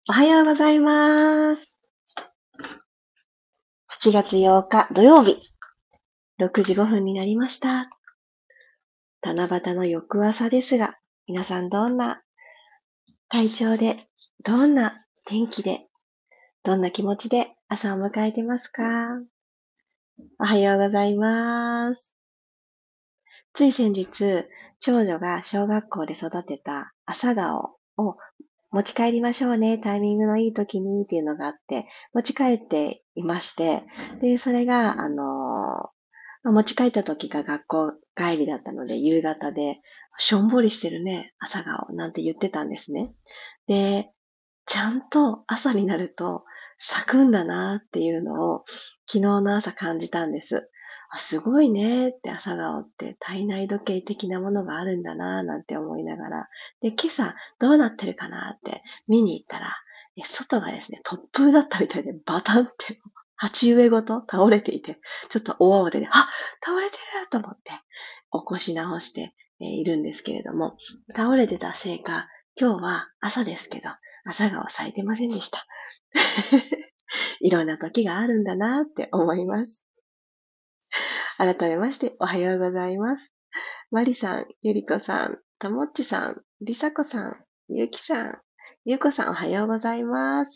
おはようございます。7月8日土曜日、6時5分になりました。七夕の翌朝ですが、皆さんどんな体調で、どんな天気で、どんな気持ちで朝を迎えてますか？おはようございます。つい先日、長女が小学校で育てた朝顔を持ち帰りましょうね、タイミングのいい時にっていうのがあって、持ち帰っていまして、で、それが、持ち帰った時が学校帰りだったので、夕方で、しょんぼりしてるね、朝顔なんて言ってたんですね。で、ちゃんと朝になると咲くんだなっていうのを昨日の朝感じたんです。すごいねって朝顔って体内時計的なものがあるんだななんて思いながら。で、今朝どうなってるかなって見に行ったら、外がですね、突風だったみたいでバタンって鉢植えごと倒れていて、ちょっと大慌てで、倒れてると思って起こし直しているんですけれども、倒れてたせいか、今日は朝ですけど、朝顔咲いてませんでした。いろんな時があるんだなって思います。改めましておはようございます。マリさん、ゆりこさん、ともっちさん、りさこさん、ゆうきさん、ゆうこさんおはようございます。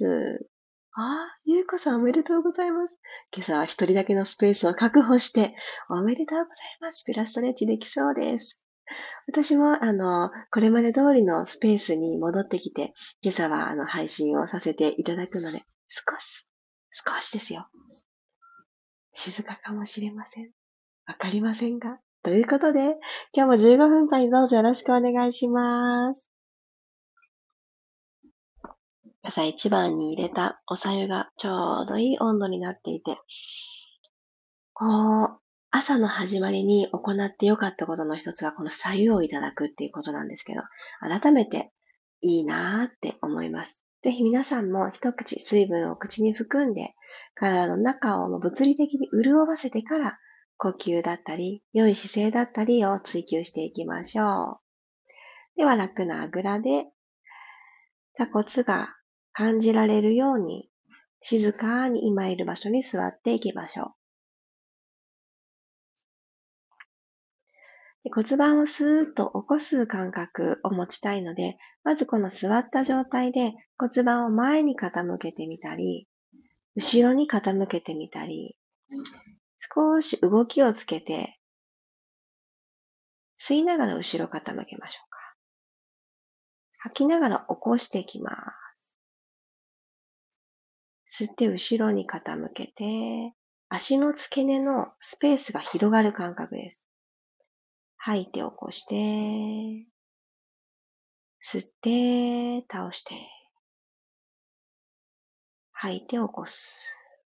ゆうこさんおめでとうございます。今朝は一人だけのスペースを確保して、おめでとうございます。ピラストレッチできそうです。私も、これまで通りのスペースに戻ってきて、今朝は、配信をさせていただくので、少しですよ。静かかもしれません。わかりませんが。ということで、今日も15分間どうぞよろしくお願いします。朝一番に入れたお茶湯がちょうどいい温度になっていて、朝の始まりに行ってよかったことの一つがこの白湯をいただくっていうことなんですけど、改めていいなーって思います。ぜひ皆さんも一口水分を口に含んで、体の中を物理的に潤わせてから、呼吸だったり、良い姿勢だったりを追求していきましょう。では楽なあぐらで、座骨が感じられるように、静かに今いる場所に座っていきましょう。骨盤をスーッと起こす感覚を持ちたいので、まずこの座った状態で骨盤を前に傾けてみたり、後ろに傾けてみたり、少し動きをつけて、吸いながら後ろ傾けましょうか。吐きながら起こしていきます。吸って後ろに傾けて、足の付け根のスペースが広がる感覚です。吐いて起こして、吸って倒して、吐いて起こす。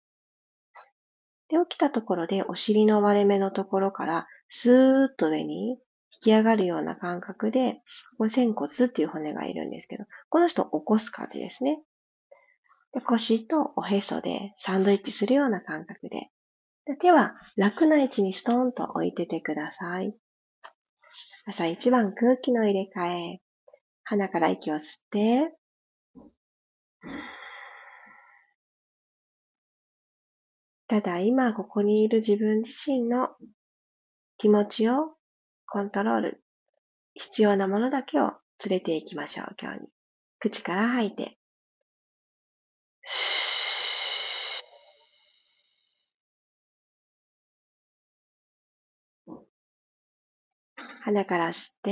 で、起きたところでお尻の割れ目のところからスーッと上に引き上がるような感覚で、仙骨っていう骨がいるんですけど、この人を起こす感じですね。で、腰とおへそでサンドイッチするような感覚で。で、手は楽な位置にストーンと置いててください。朝一番空気の入れ替え。鼻から息を吸って、ただ今ここにいる自分自身の気持ちをコントロール。必要なものだけを連れて行きましょう、今日に。口から吐いて。鼻から吸って、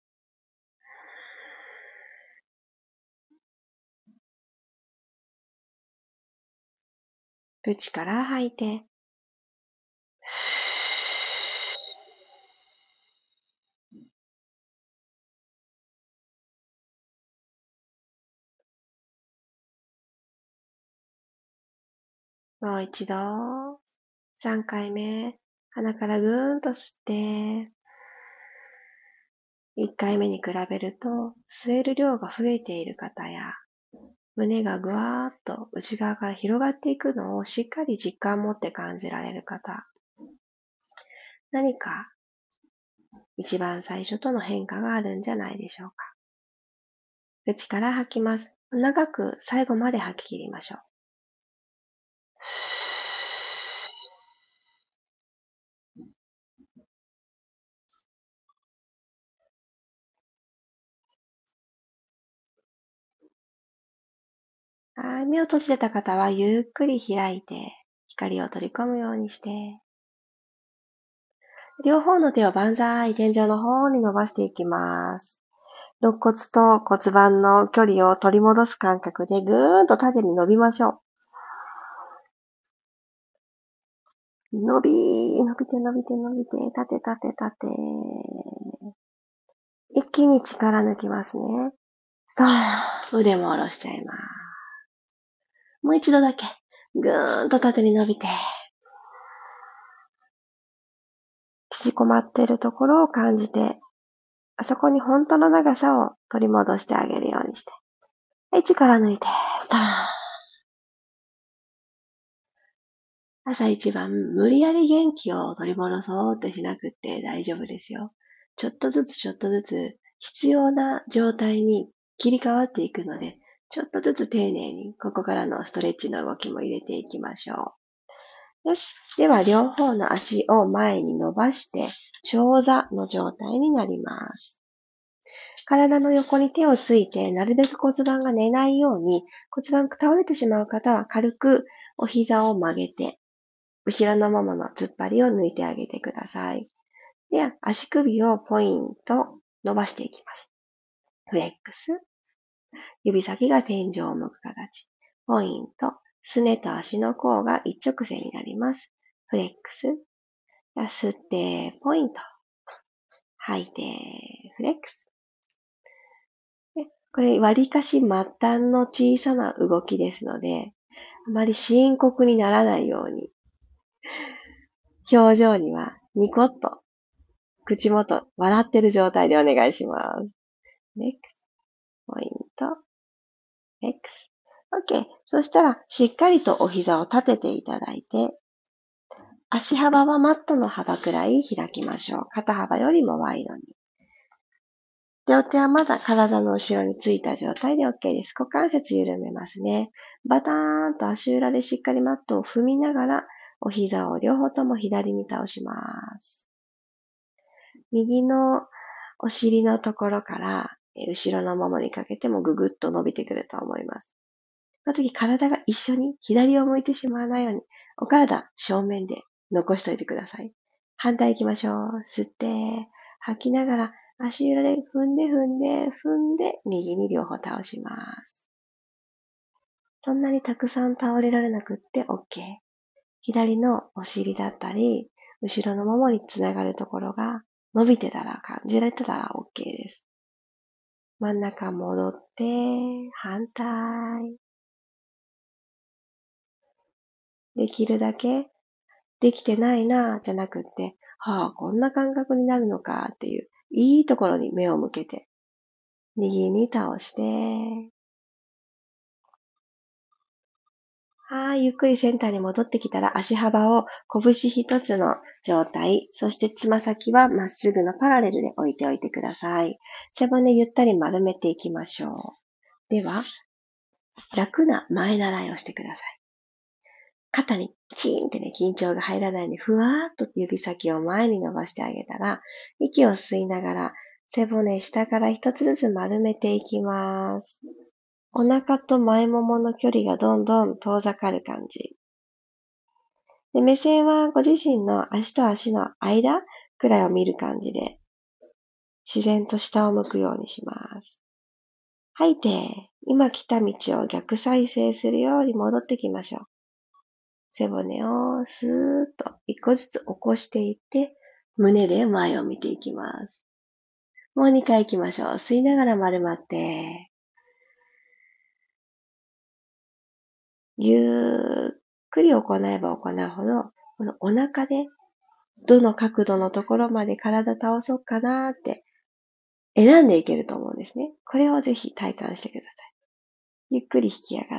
口から吐いて。もう一度、3回目。鼻からぐーんと吸って、1回目に比べると吸える量が増えている方や、胸がぐわーっと内側から広がっていくのをしっかり実感持って感じられる方、何か一番最初との変化があるんじゃないでしょうか。 口から吐きます。長く最後まで吐き切りましょう。はい。目を閉じてた方はゆっくり開いて、光を取り込むようにして、両方の手を万歳、天井の方に伸ばしていきます。肋骨と骨盤の距離を取り戻す感覚でぐーんと縦に伸びましょう。伸びて、縦。一気に力抜きますね。ストーン。腕も下ろしちゃいます。もう一度だけ。ぐーんと縦に伸びて。縮こまっているところを感じて、あそこに本当の長さを取り戻してあげるようにして。はい、力抜いて、ストーン。朝一番、無理やり元気を取り戻そうってしなくって大丈夫ですよ。ちょっとずつ必要な状態に切り替わっていくので、ちょっとずつ丁寧にここからのストレッチの動きも入れていきましょう。よし。では両方の足を前に伸ばして、長座の状態になります。体の横に手をついて、なるべく骨盤が寝ないように、骨盤が倒れてしまう方は軽くお膝を曲げて、後ろのももの突っ張りを抜いてあげてください。では、足首をポイント伸ばしていきます。フレックス。指先が天井を向く形。ポイント。すねと足の甲が一直線になります。フレックス。吸って、ポイント。吐いて、フレックス。これ、割りかし末端の小さな動きですので、あまり深刻にならないように、表情にはニコッと、口元、笑ってる状態でお願いします。フレックス、ポイント、フレックス。OK。そしたら、しっかりとお膝を立てていただいて、足幅はマットの幅くらい開きましょう。肩幅よりもワイドに。両手はまだ体の後ろについた状態で OK です。股関節緩めますね。バターンと足裏でしっかりマットを踏みながら、お膝を両方とも左に倒します。右のお尻のところから、後ろのももにかけてもぐぐっと伸びてくると思います。その時体が一緒に左を向いてしまわないように、お体正面で残しといてください。反対行きましょう。吸って、吐きながら、足裏で踏んで、右に両方倒します。そんなにたくさん倒れられなくって OK。左のお尻だったり、後ろのももにつながるところが伸びてたら、感じられてたら OK です。真ん中戻って、反対。できるだけできてないなぁじゃなくって、こんな感覚になるのかっていう、いいところに目を向けて、右に倒して、ゆっくりセンターに戻ってきたら足幅を拳一つの状態、そしてつま先はまっすぐのパラレルで置いておいてください。背骨ゆったり丸めていきましょう。では、楽な前習いをしてください。肩にキーンってね、緊張が入らないように、ふわーっと指先を前に伸ばしてあげたら、息を吸いながら、背骨下から一つずつ丸めていきます。お腹と前ももの距離がどんどん遠ざかる感じ。で、目線はご自身の足と足の間くらいを見る感じで、自然と下を向くようにします。吐いて、今来た道を逆再生するように戻ってきましょう。背骨をスーッと一個ずつ起こしていって、胸で前を見ていきます。もう2回行きましょう。吸いながら丸まって、ゆっくり行えば行うほど、このお腹でどの角度のところまで体倒そうかなって選んでいけると思うんですね。これをぜひ体感してください。ゆっくり引き上がって、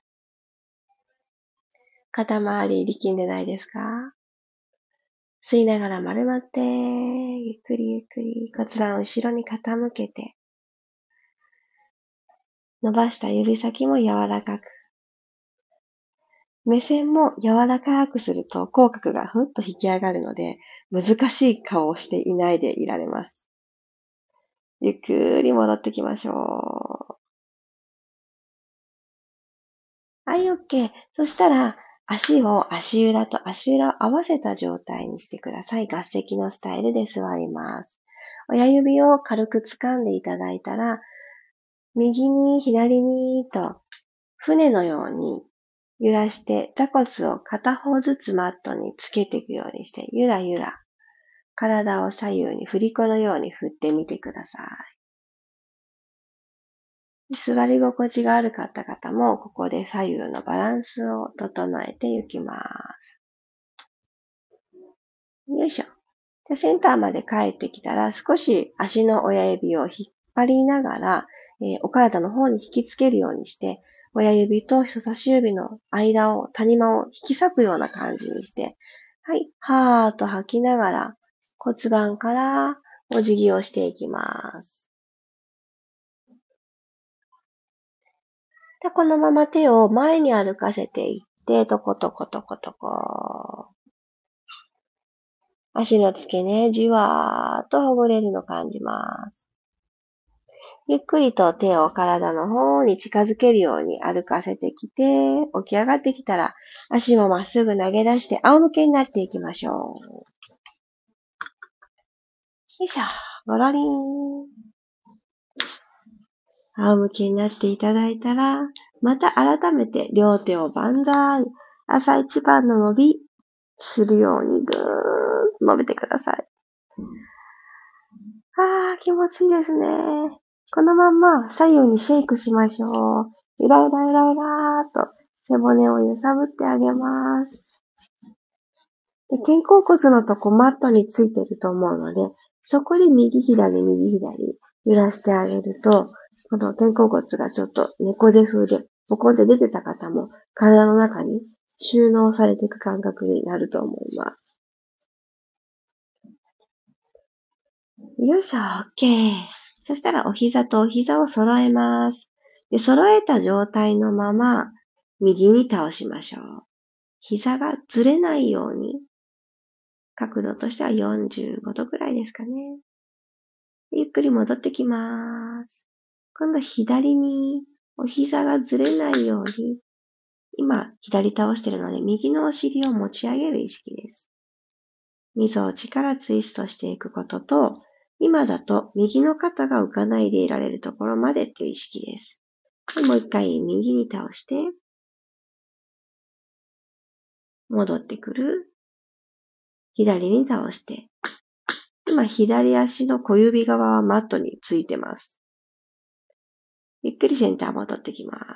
肩周り力んでないですか？吸いながら丸まって、ゆっくり骨盤を後ろに傾けて、 伸ばした指先も柔らかく。目線も柔らかくすると口角がふっと引き上がるので、難しい顔をしていないでいられます。ゆっくり戻ってきましょう。はい、OK。そしたら、足裏と足裏を合わせた状態にしてください。合席のスタイルで座ります。親指を軽く掴んでいただいたら、右に左にと船のように揺らして座骨を片方ずつマットにつけていくようにして、ゆらゆら体を左右に振り子のように振ってみてください。座り心地がある方々もここで左右のバランスを整えていきます。よいしょ。でセンターまで帰ってきたら少し足の親指を引っ張りながら、お体の方に引きつけるようにして、親指と人差し指の間を、谷間を引き裂くような感じにして、はい、はーっと吐きながら骨盤からお辞儀をしていきます。で、このまま手を前に歩かせていって、トコトコトコトコ。足の付け根、じわーっとほぐれるのを感じます。ゆっくりと手を体の方に近づけるように歩かせてきて、起き上がってきたら、足もまっすぐ投げ出して仰向けになっていきましょう。よいしょ、ごろりん。仰向けになっていただいたら、また改めて両手を万歳。朝一番の伸びするようにぐーっと伸びてください。気持ちいいですね。このまんま左右にシェイクしましょう。ゆらゆらゆらゆらーっと背骨を揺さぶってあげます。で肩甲骨のとこマットについてると思うので、そこで右左揺らしてあげると、この肩甲骨がちょっと猫背風でポコンって出てた方も体の中に収納されていく感覚になると思います。よいしょ、OK。そしたらお膝とお膝を揃えます。で、揃えた状態のまま右に倒しましょう。膝がずれないように、角度としては45度くらいですかね。ゆっくり戻ってきます。今度左にお膝がずれないように、今左倒してるので右のお尻を持ち上げる意識です。みぞおちからツイストしていくことと、今だと右の肩が浮かないでいられるところまでっていう意識です。でもう一回右に倒して、戻ってくる。左に倒して。今左足の小指側はマットについてます。ゆっくりセンター戻ってきます。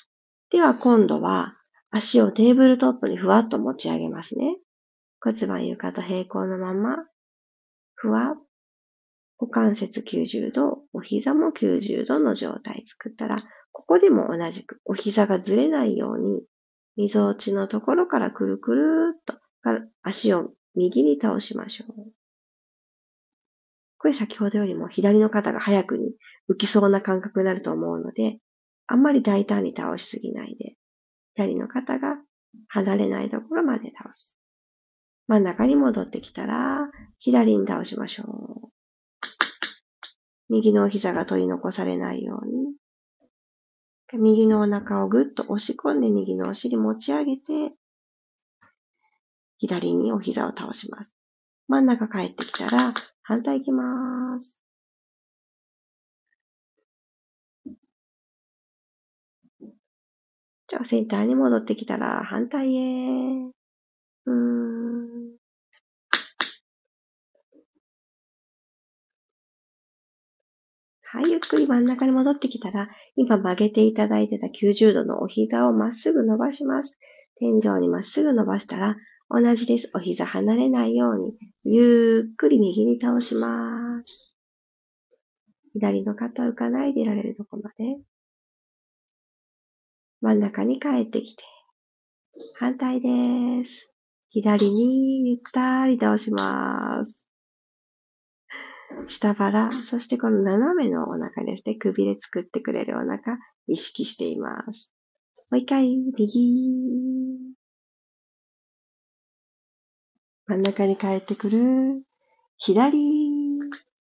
では今度は足をテーブルトップにふわっと持ち上げますね。骨盤床と平行のまま、ふわっ股関節90度、お膝も90度の状態作ったら、ここでも同じくお膝がずれないように、みぞおちのところからくるくるっと足を右に倒しましょう。これ先ほどよりも左の肩が早くに浮きそうな感覚になると思うので、あんまり大胆に倒しすぎないで、左の肩が離れないところまで倒す。真ん中に戻ってきたら、左に倒しましょう。右のお膝が取り残されないように。右のお腹をぐっと押し込んで右のお尻持ち上げて、左にお膝を倒します。真ん中帰ってきたら、反対行きます。じゃあセンターに戻ってきたら、反対へ。はい、ゆっくり真ん中に戻ってきたら、今曲げていただいてた90度のお膝をまっすぐ伸ばします。天井にまっすぐ伸ばしたら、同じです。お膝離れないように、ゆっくり右に倒します。左の肩浮かないでいられるところまで。真ん中に帰ってきて、反対です。左にゆったり倒します。 下腹、そしてこの斜めのお腹ですね。くびれ作ってくれるお腹、意識しています。もう一回、右。真ん中に帰ってくる。左。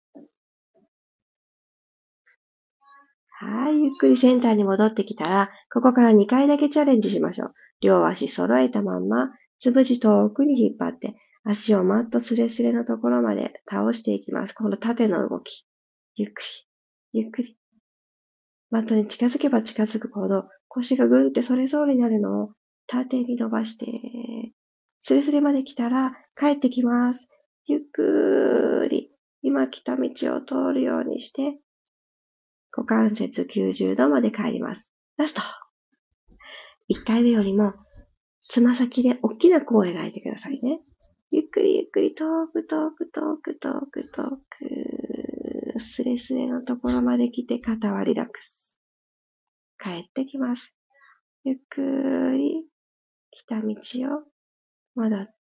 はい、ゆっくりセンターに戻ってきたら、ここから2回だけチャレンジしましょう。両足揃えたまんま、つぶじ遠くに引っ張って、足をマットスレスレのところまで倒していきます。この縦の動き。ゆっくり、ゆっくり。マットに近づけば近づくほど、腰がぐんって反れそうになるのを縦に伸ばして、スレスレまで来たら帰ってきます。ゆっくり、今来た道を通るようにして、股関節90度まで帰ります。ラスト。1回目よりも、つま先で大きな弧を描いてくださいね。ゆっくりゆっくり遠く遠く遠く遠く遠く、スレスレのところまで来て肩はリラックス。帰ってきます。ゆっくり来た道を戻って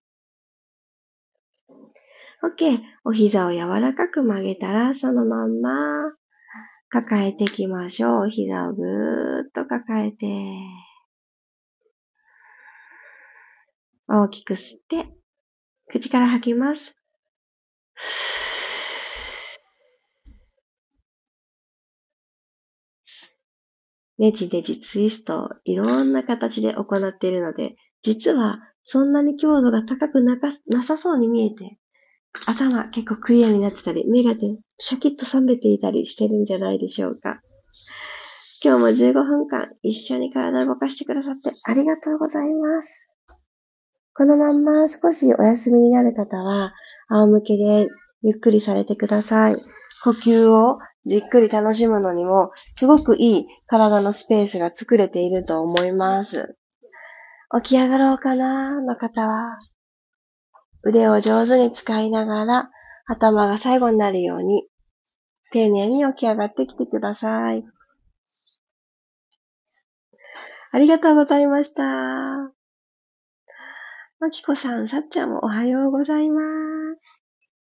。OK。お膝を柔らかく曲げたら、そのまんま抱えていきましょう。お膝をぐーっと抱えて。大きく吸って、口から吐きます。ねじねじツイストをいろんな形で行っているので、実はそんなに強度が高くなさそうに見えて、頭結構クリアになってたり、目がシャキッと覚めていたりしてるんじゃないでしょうか。今日も15分間一緒に体を動かしてくださってありがとうございます。このまんま少しお休みになる方は、仰向けでゆっくりされてください。呼吸をじっくり楽しむのにも、すごくいい体のスペースが作れていると思います。起き上がろうかなの方は、腕を上手に使いながら、頭が最後になるように、丁寧に起き上がってきてください。ありがとうございました。まきこさん、さっちゃんもおはようございます。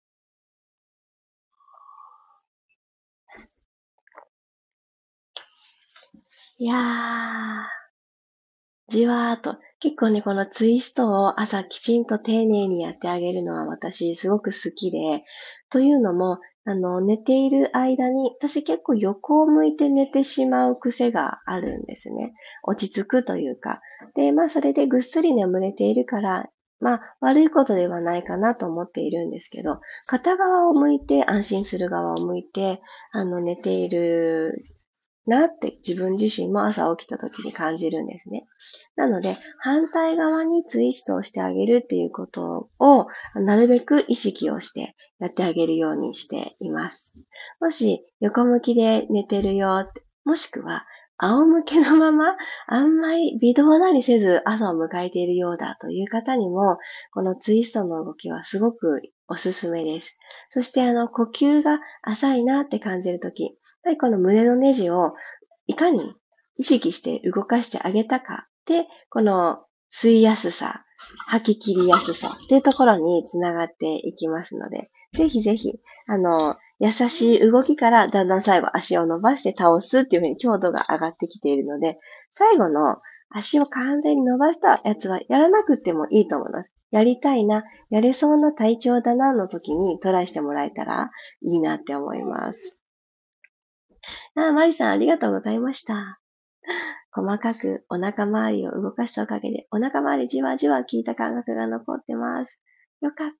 いやー、じわーっと、結構ね、このツイストを朝きちんと丁寧にやってあげるのは私すごく好きで、というのも、寝ている間に、私結構横を向いて寝てしまう癖があるんですね。落ち着くというか。で、それでぐっすり眠れているから、悪いことではないかなと思っているんですけど、片側を向いて、安心する側を向いて、寝ているなって自分自身も朝起きた時に感じるんですね。なので、反対側にツイストをしてあげるっていうことを、なるべく意識をしてやってあげるようにしています。もし、横向きで寝てるよって、もしくは、仰向けのまま、あんまり微動だにせず朝を迎えているようだという方にも、このツイストの動きはすごくおすすめです。そして、呼吸が浅いなって感じるとき、やっぱりこの胸のネジをいかに意識して動かしてあげたかで、この吸いやすさ、吐き切りやすさっていうところにつながっていきますので、ぜひぜひ、優しい動きからだんだん最後足を伸ばして倒すっていうふうに強度が上がってきているので、最後の足を完全に伸ばしたやつはやらなくてもいいと思います。やりたいな、やれそうな体調だなの時にトライしてもらえたらいいなって思います。マリさんありがとうございました。細かくお腹周りを動かしたおかげで、お腹周りじわじわ効いた感覚が残ってます。よかった。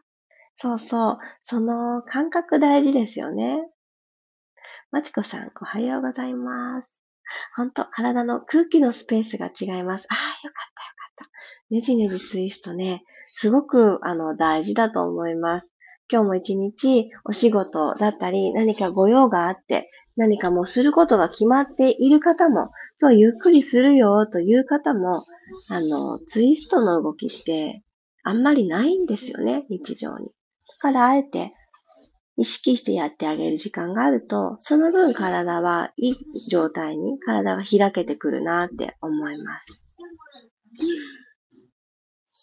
そうそう。その感覚大事ですよね。まちこさん、おはようございます。ほんと、体の空気のスペースが違います。よかった、よかった。ねじねじツイストね、すごく、大事だと思います。今日も一日お仕事だったり、何かご用があって、何かもうすることが決まっている方も、今日ゆっくりするよという方も、ツイストの動きってあんまりないんですよね、日常に。だからあえて意識してやってあげる時間があると、その分体はいい状態に体が開けてくるなって思います。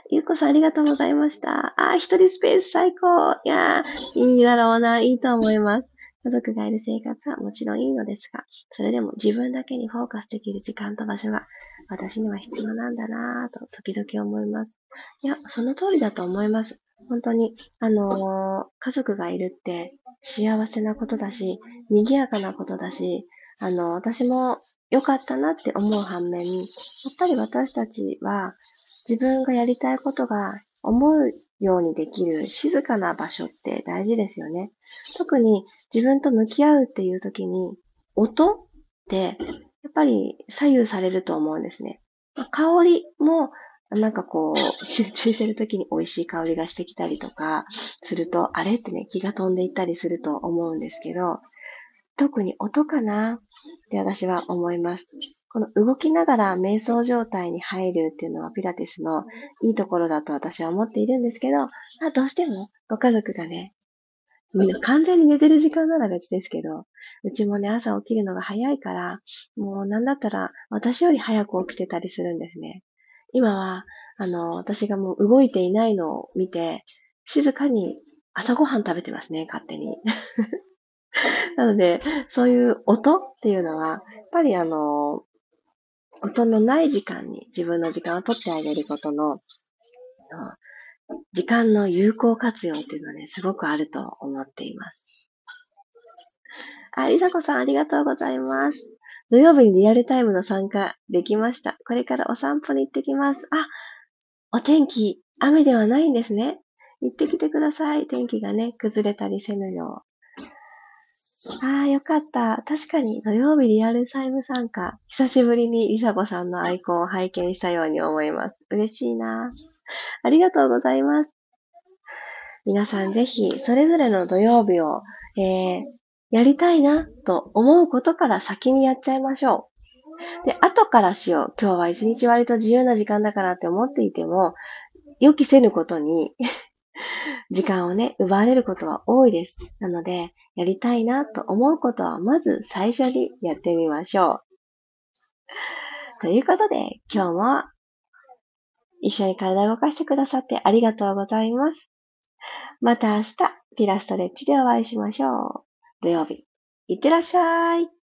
ゆうこさんありがとうございました。一人スペース最高。いやー、いいだろうな。いいと思います。家族がいる生活はもちろんいいのですが、それでも自分だけにフォーカスできる時間と場所が私には必要なんだなぁと時々思います。いや、その通りだと思います。本当に、家族がいるって幸せなことだし、賑やかなことだし、私も良かったなって思う反面、やっぱり私たちは自分がやりたいことが思うようにできる静かな場所って大事ですよね。特に自分と向き合うっていう時に、音ってやっぱり左右されると思うんですね。香りもなんかこう、集中してる時に美味しい香りがしてきたりとかすると、あれってね、気が飛んでいったりすると思うんですけど、特に音かなって私は思います。この動きながら瞑想状態に入るっていうのはピラティスのいいところだと私は思っているんですけど、どうしてもご家族がね、みんな完全に寝てる時間なら別ですけど、うちもね、朝起きるのが早いから、もうなんだったら私より早く起きてたりするんですね。今は、私がもう動いていないのを見て、静かに朝ごはん食べてますね、勝手に。なので、そういう音っていうのは、やっぱり音のない時間に自分の時間を取ってあげることの、時間の有効活用っていうのはね、すごくあると思っています。りさこさんありがとうございます。土曜日にリアルタイムの参加できました。これからお散歩に行ってきます。お天気、雨ではないんですね。行ってきてください。天気がね、崩れたりせぬよう。よかった。確かに土曜日リアルタイム参加。久しぶりにりさこさんのアイコンを拝見したように思います。嬉しいな。ありがとうございます。皆さんぜひ、それぞれの土曜日を、やりたいなと思うことから先にやっちゃいましょう。で、後からしよう。今日は一日割と自由な時間だからって思っていても、予期せぬことに時間をね、奪われることは多いです。なので、やりたいなと思うことは、まず最初にやってみましょう。ということで、今日も一緒に体を動かしてくださってありがとうございます。また明日、ピラストレッチでお会いしましょう。土曜日、いってらっしゃい。